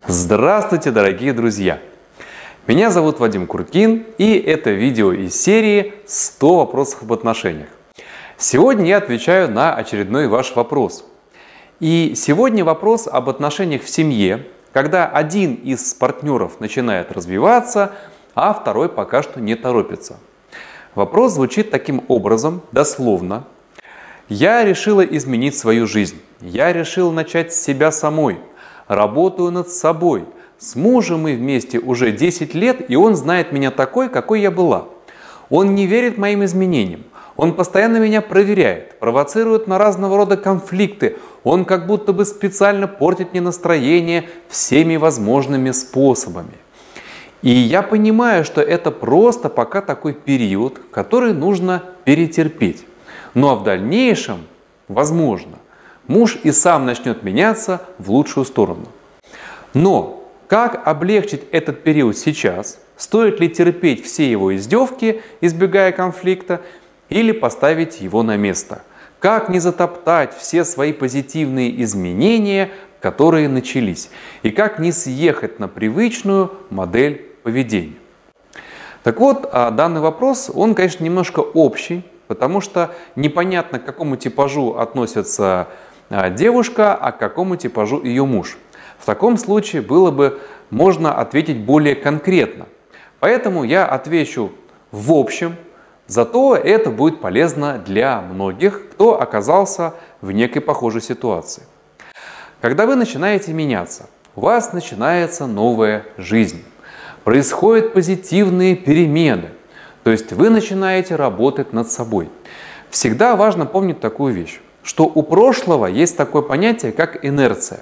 Здравствуйте, дорогие друзья! Меня зовут Вадим Куркин, и это видео из серии «100 вопросов об отношениях». Сегодня я отвечаю на очередной ваш вопрос. И сегодня вопрос об отношениях в семье, когда один из партнеров начинает развиваться, а второй пока что не торопится. Вопрос звучит таким образом, дословно. Я решила изменить свою жизнь. Я решила начать с себя самой. Работаю над собой. С мужем мы вместе уже 10 лет, и он знает меня такой, какой я была. Он не верит моим изменениям. Он постоянно меня проверяет, провоцирует на разного рода конфликты. Он как будто бы специально портит мне настроение всеми возможными способами. И я понимаю, что это просто пока такой период, который нужно перетерпеть. Ну а в дальнейшем, возможно, муж и сам начнет меняться в лучшую сторону. Но как облегчить этот период сейчас? Стоит ли терпеть все его издевки, избегая конфликта, или поставить его на место? Как не затоптать все свои позитивные изменения, которые начались? И как не съехать на привычную модель поведения? Так вот, данный вопрос, он, конечно, немножко общий, потому что непонятно, к какому типажу относится девушка, а к какому типажу ее муж. В таком случае было бы можно ответить более конкретно. Поэтому я отвечу в общем, зато это будет полезно для многих, кто оказался в некой похожей ситуации. Когда вы начинаете меняться, у вас начинается новая жизнь. Происходят позитивные перемены. То есть вы начинаете работать над собой. Всегда важно помнить такую вещь, что у прошлого есть такое понятие, как инерция.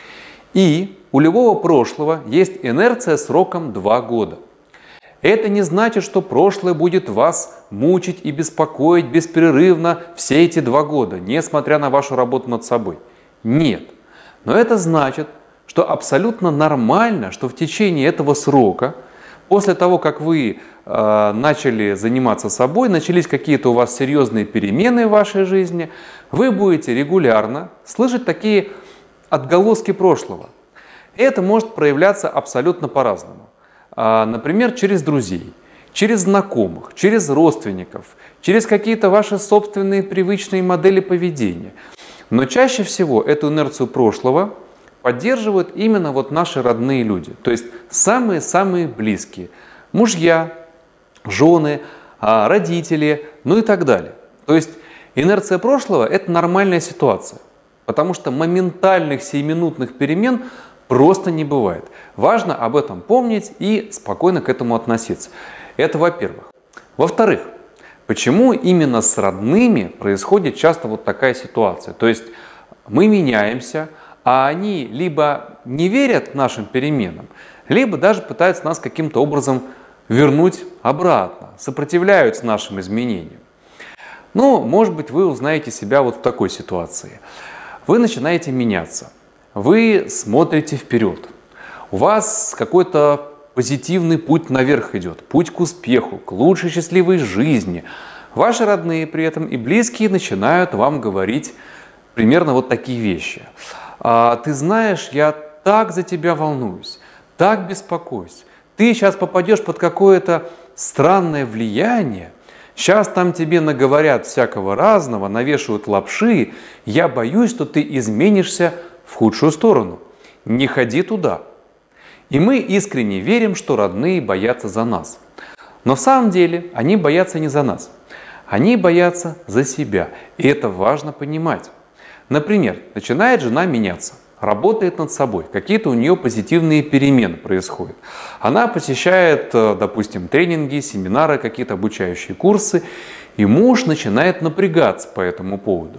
И у любого прошлого есть инерция сроком 2 года. Это не значит, что прошлое будет вас мучить и беспокоить беспрерывно все эти 2 года, несмотря на вашу работу над собой. Нет. Но это значит, что абсолютно нормально, что в течение этого срока, после того, как вы начали заниматься собой, начались какие-то у вас серьезные перемены в вашей жизни, вы будете регулярно слышать такие отголоски прошлого. Это может проявляться абсолютно по-разному. Например, через друзей, через знакомых, через родственников, через какие-то ваши собственные привычные модели поведения. Но чаще всего эту инерцию прошлого поддерживают именно вот наши родные люди, то есть самые-самые близкие. Мужья, жены, родители, ну и так далее. То есть инерция прошлого – это нормальная ситуация, потому что моментальных сиюминутных перемен просто не бывает. Важно об этом помнить и спокойно к этому относиться. Это во-первых. Во-вторых, почему именно с родными происходит часто вот такая ситуация? То есть мы меняемся, а они либо не верят нашим переменам, либо даже пытаются нас каким-то образом вернуть обратно, сопротивляются нашим изменениям. Ну, может быть, вы узнаете себя вот в такой ситуации. Вы начинаете меняться, вы смотрите вперед, у вас какой-то позитивный путь наверх идет, путь к успеху, к лучшей счастливой жизни. Ваши родные при этом и близкие начинают вам говорить примерно вот такие вещи. Ты знаешь, я так за тебя волнуюсь, так беспокоюсь. Ты сейчас попадешь под какое-то странное влияние. Сейчас там тебе наговорят всякого разного, навешивают лапши. Я боюсь, что ты изменишься в худшую сторону. Не ходи туда. И мы искренне верим, что родные боятся за нас. Но в самом деле они боятся не за нас. Они боятся за себя. И это важно понимать. Например, начинает жена меняться, работает над собой, какие-то у нее позитивные перемены происходят. Она посещает, допустим, тренинги, семинары, какие-то обучающие курсы, и муж начинает напрягаться по этому поводу.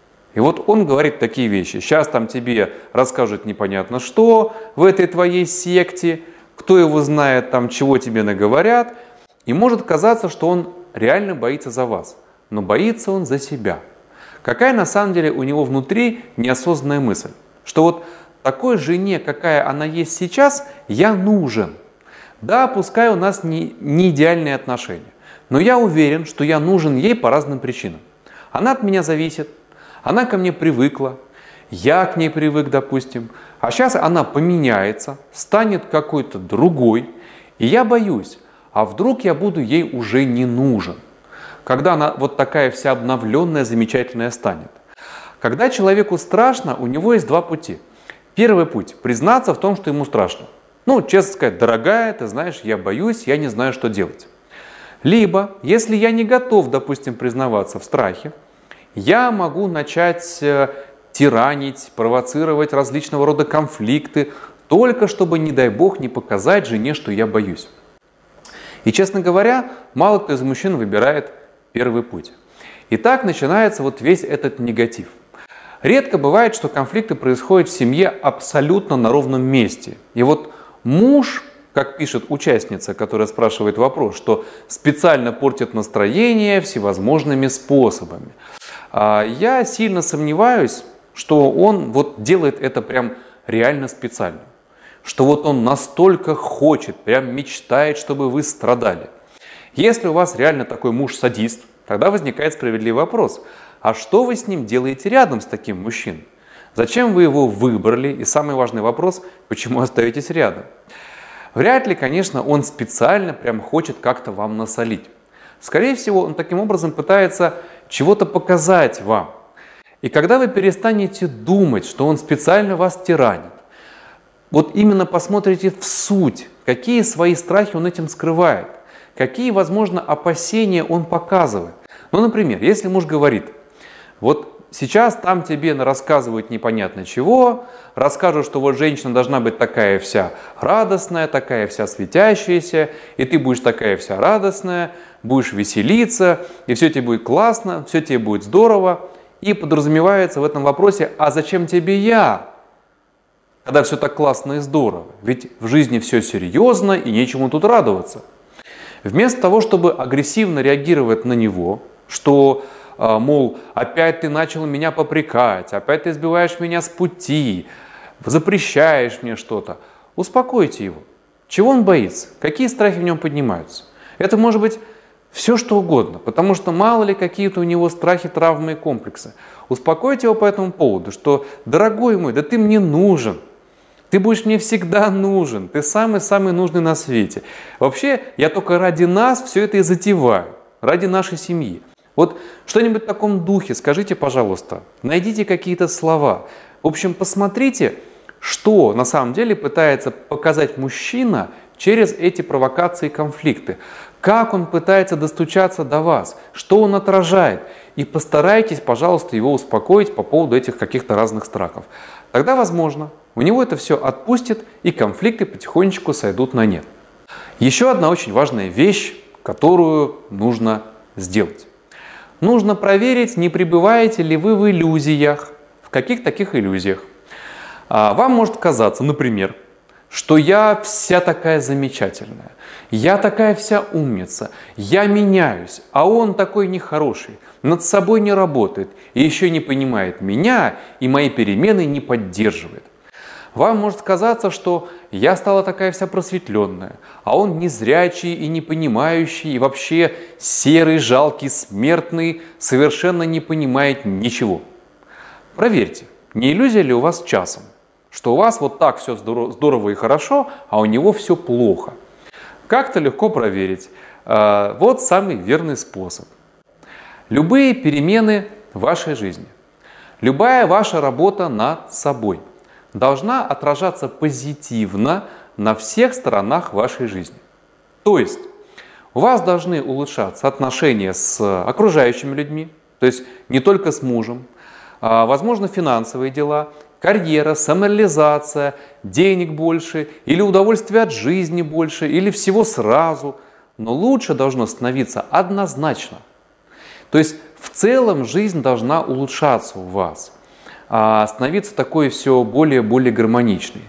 И вот он говорит такие вещи: сейчас там тебе расскажут непонятно что в этой твоей секте, кто его знает, там чего тебе наговорят, и может казаться, что он реально боится за вас, но боится он за себя. Какая на самом деле у него внутри неосознанная мысль, что вот такой жене, какая она есть сейчас, я нужен. Да, пускай у нас не идеальные отношения, но я уверен, что я нужен ей по разным причинам. Она от меня зависит, она ко мне привыкла, я к ней привык, допустим, а сейчас она поменяется, станет какой-то другой, и я боюсь, а вдруг я буду ей уже не нужен, когда она вот такая вся обновленная, замечательная станет. Когда человеку страшно, у него есть два пути. Первый путь – признаться в том, что ему страшно. Ну, честно сказать, дорогая, ты знаешь, я боюсь, я не знаю, что делать. Либо, если я не готов, допустим, признаваться в страхе, я могу начать тиранить, провоцировать различного рода конфликты, только чтобы, не дай бог, не показать жене, что я боюсь. И, честно говоря, мало кто из мужчин выбирает первый путь. И так начинается вот весь этот негатив. Редко бывает, что конфликты происходят в семье абсолютно на ровном месте. И вот муж, как пишет участница, которая спрашивает вопрос, что специально портит настроение всевозможными способами. Я сильно сомневаюсь, что он вот делает это прям реально специально. Что вот он настолько хочет, прям мечтает, чтобы вы страдали. Если у вас реально такой муж-садист, тогда возникает справедливый вопрос. А что вы с ним делаете рядом с таким мужчиной? Зачем вы его выбрали? И самый важный вопрос, почему остаетесь рядом? Вряд ли, конечно, он специально прям хочет как-то вам насолить. Скорее всего, он таким образом пытается чего-то показать вам. И когда вы перестанете думать, что он специально вас тиранит, вот именно посмотрите в суть, какие свои страхи он этим скрывает, какие, возможно, опасения он показывает. Ну, например, если муж говорит, вот сейчас там тебе рассказывают непонятно чего, расскажут, что вот женщина должна быть такая вся радостная, такая вся светящаяся, и ты будешь такая вся радостная, будешь веселиться, и все тебе будет классно, все тебе будет здорово. И подразумевается в этом вопросе, а зачем тебе я, когда все так классно и здорово? Ведь в жизни все серьезно и нечему тут радоваться. Вместо того, чтобы агрессивно реагировать на него, что, мол, опять ты начал меня попрекать, опять ты сбиваешь меня с пути, запрещаешь мне что-то, успокойте его. Чего он боится? Какие страхи в нем поднимаются? Это может быть все что угодно, потому что мало ли какие-то у него страхи, травмы и комплексы. Успокойте его по этому поводу, что, дорогой мой, да ты мне нужен. Ты будешь мне всегда нужен, ты самый-самый нужный на свете. Вообще, я только ради нас все это и затеваю, ради нашей семьи. Вот что-нибудь в таком духе скажите, пожалуйста, найдите какие-то слова. В общем, посмотрите, что на самом деле пытается показать мужчина через эти провокации и конфликты. Как он пытается достучаться до вас, что он отражает. И постарайтесь, пожалуйста, его успокоить по поводу этих каких-то разных страхов. Тогда, возможно, у него это все отпустит, и конфликты потихонечку сойдут на нет. Еще одна очень важная вещь, которую нужно сделать. Нужно проверить, не пребываете ли вы в иллюзиях. В каких таких иллюзиях? Вам может казаться, например, что я вся такая замечательная, я такая вся умница, я меняюсь, а он такой нехороший, над собой не работает и еще не понимает меня и мои перемены не поддерживает. Вам может казаться, что я стала такая вся просветленная, а он незрячий и не понимающий, и вообще серый, жалкий, смертный, совершенно не понимает ничего. Проверьте, не иллюзия ли у вас часом, что у вас вот так все здорово и хорошо, а у него все плохо. Как-то легко проверить. Вот самый верный способ. Любые перемены в вашей жизни, любая ваша работа над собой должна отражаться позитивно на всех сторонах вашей жизни. То есть у вас должны улучшаться отношения с окружающими людьми, то есть не только с мужем, возможно, финансовые дела, карьера, самореализация, денег больше, или удовольствия от жизни больше, или всего сразу. Но лучше должно становиться однозначно. То есть в целом жизнь должна улучшаться у вас, становиться такой все более гармоничной.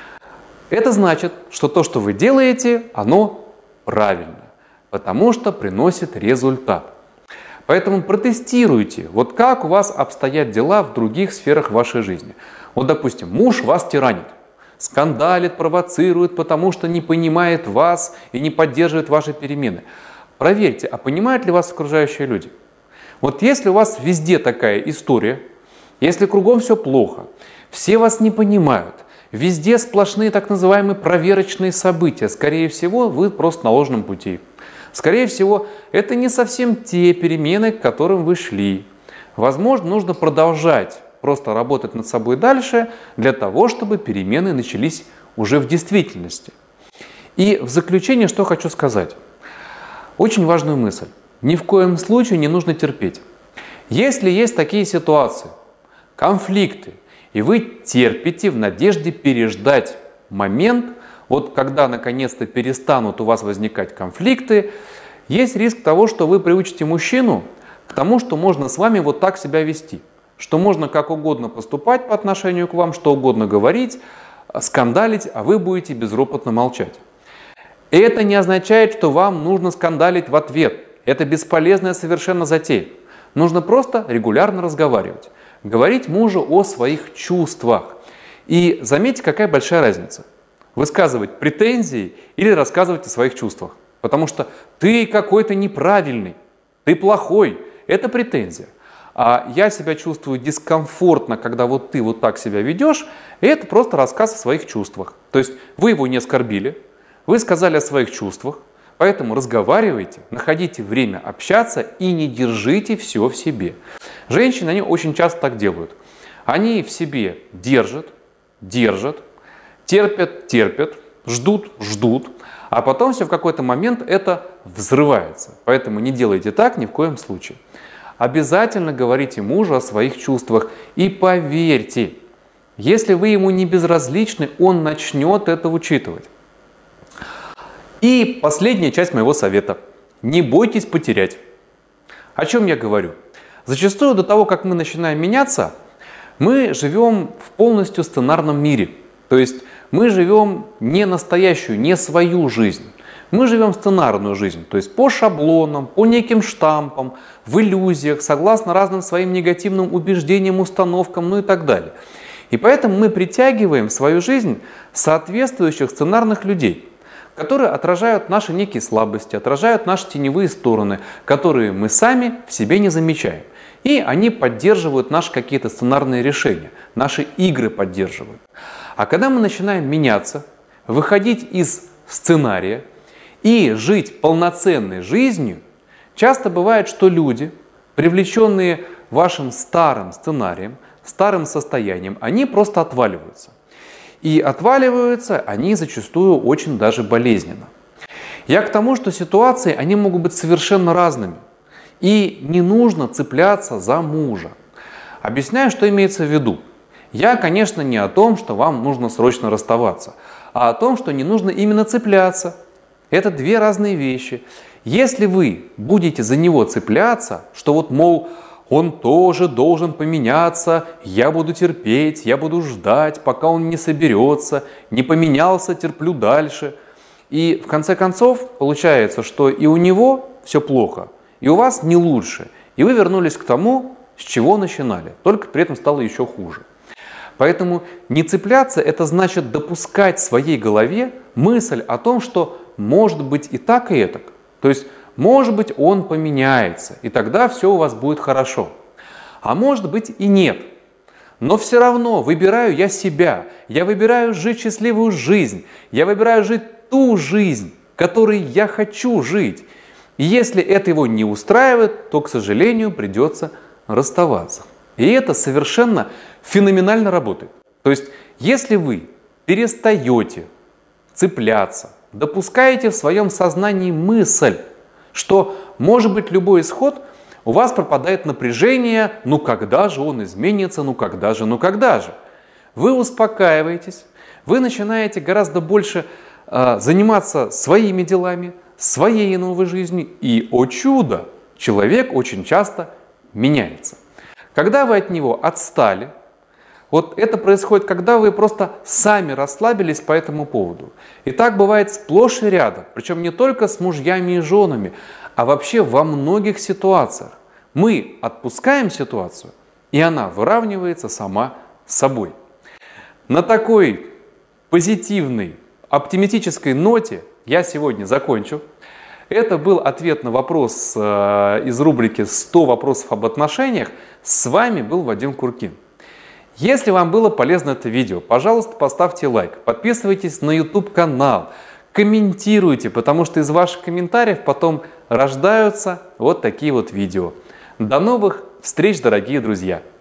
Это значит, что то, что вы делаете, оно правильно, потому что приносит результат. Поэтому протестируйте, вот как у вас обстоят дела в других сферах вашей жизни. Вот, допустим, муж вас тиранит, скандалит, провоцирует, потому что не понимает вас и не поддерживает ваши перемены. Проверьте, а понимают ли вас окружающие люди? Вот если у вас везде такая история, если кругом все плохо, все вас не понимают, везде сплошные так называемые проверочные события, скорее всего, вы просто на ложном пути. Скорее всего, это не совсем те перемены, к которым вы шли. Возможно, нужно продолжать просто работать над собой дальше для того, чтобы перемены начались уже в действительности. И в заключение что хочу сказать. Очень важную мысль. Ни в коем случае не нужно терпеть. Если есть такие ситуации, конфликты, и вы терпите в надежде переждать момент, вот когда наконец-то перестанут у вас возникать конфликты, есть риск того, что вы приучите мужчину к тому, что можно с вами вот так себя вести, что можно как угодно поступать по отношению к вам, что угодно говорить, скандалить, а вы будете безропотно молчать. Это не означает, что вам нужно скандалить в ответ. Это бесполезная совершенно затея. Нужно просто регулярно разговаривать. Говорить мужу о своих чувствах. И заметьте, какая большая разница. Высказывать претензии или рассказывать о своих чувствах. Потому что ты какой-то неправильный, ты плохой. Это претензия. А я себя чувствую дискомфортно, когда вот ты вот так себя ведешь. И это просто рассказ о своих чувствах. То есть вы его не оскорбили, вы сказали о своих чувствах. Поэтому разговаривайте, находите время общаться и не держите все в себе. Женщины, они очень часто так делают. Они в себе держат, терпят, ждут, а потом все в какой-то момент это взрывается. Поэтому не делайте так ни в коем случае. Обязательно говорите мужу о своих чувствах и поверьте, если вы ему не безразличны, он начнет это учитывать. И последняя часть моего совета. Не бойтесь потерять. О чем я говорю? Зачастую до того, как мы начинаем меняться, мы живем в полностью сценарном мире. То есть мы живем не настоящую, не свою жизнь. Мы живем сценарную жизнь, то есть по шаблонам, по неким штампам, в иллюзиях, согласно разным своим негативным убеждениям, установкам, ну и так далее. И поэтому мы притягиваем в свою жизнь соответствующих сценарных людей, которые отражают наши некие слабости, отражают наши теневые стороны, которые мы сами в себе не замечаем. И они поддерживают наши какие-то сценарные решения, наши игры поддерживают. А когда мы начинаем меняться, выходить из сценария и жить полноценной жизнью, часто бывает, что люди, привлеченные вашим старым сценарием, старым состоянием, они просто отваливаются. И отваливаются они зачастую очень даже болезненно. Я к тому, что ситуации, они могут быть совершенно разными. И не нужно цепляться за мужа. Объясняю, что имеется в виду. Я, конечно, не о том, что вам нужно срочно расставаться, а о том, что не нужно именно цепляться. Это две разные вещи. Если вы будете за него цепляться, что вот, мол, он тоже должен поменяться, я буду терпеть, я буду ждать, пока он не соберется, не поменялся, терплю дальше. И в конце концов получается, что и у него все плохо, и у вас не лучше. И вы вернулись к тому, с чего начинали, только при этом стало еще хуже. Поэтому не цепляться – это значит допускать в своей голове мысль о том, что может быть и так, и этак. То есть, может быть, он поменяется, и тогда все у вас будет хорошо. А может быть и нет. Но все равно выбираю я себя. Я выбираю жить счастливую жизнь. Я выбираю жить ту жизнь, которой я хочу жить. И если это его не устраивает, то, к сожалению, придется расставаться. И это совершенно феноменально работает. То есть, если вы перестаете цепляться, допускаете в своем сознании мысль, что может быть любой исход, у вас пропадает напряжение, ну когда же он изменится, ну когда же. Вы успокаиваетесь, вы начинаете гораздо больше заниматься своими делами, своей новой жизнью, и, о чудо, человек очень часто меняется. Когда вы от него отстали, вот это происходит, когда вы просто сами расслабились по этому поводу. И так бывает сплошь и рядом, причем не только с мужьями и женами, а вообще во многих ситуациях. Мы отпускаем ситуацию, и она выравнивается сама собой. На такой позитивной, оптимистической ноте я сегодня закончу. Это был ответ на вопрос из рубрики «100 вопросов об отношениях». С вами был Вадим Куркин. Если вам было полезно это видео, пожалуйста, поставьте лайк, подписывайтесь на YouTube канал, комментируйте, потому что из ваших комментариев потом рождаются вот такие вот видео. До новых встреч, дорогие друзья!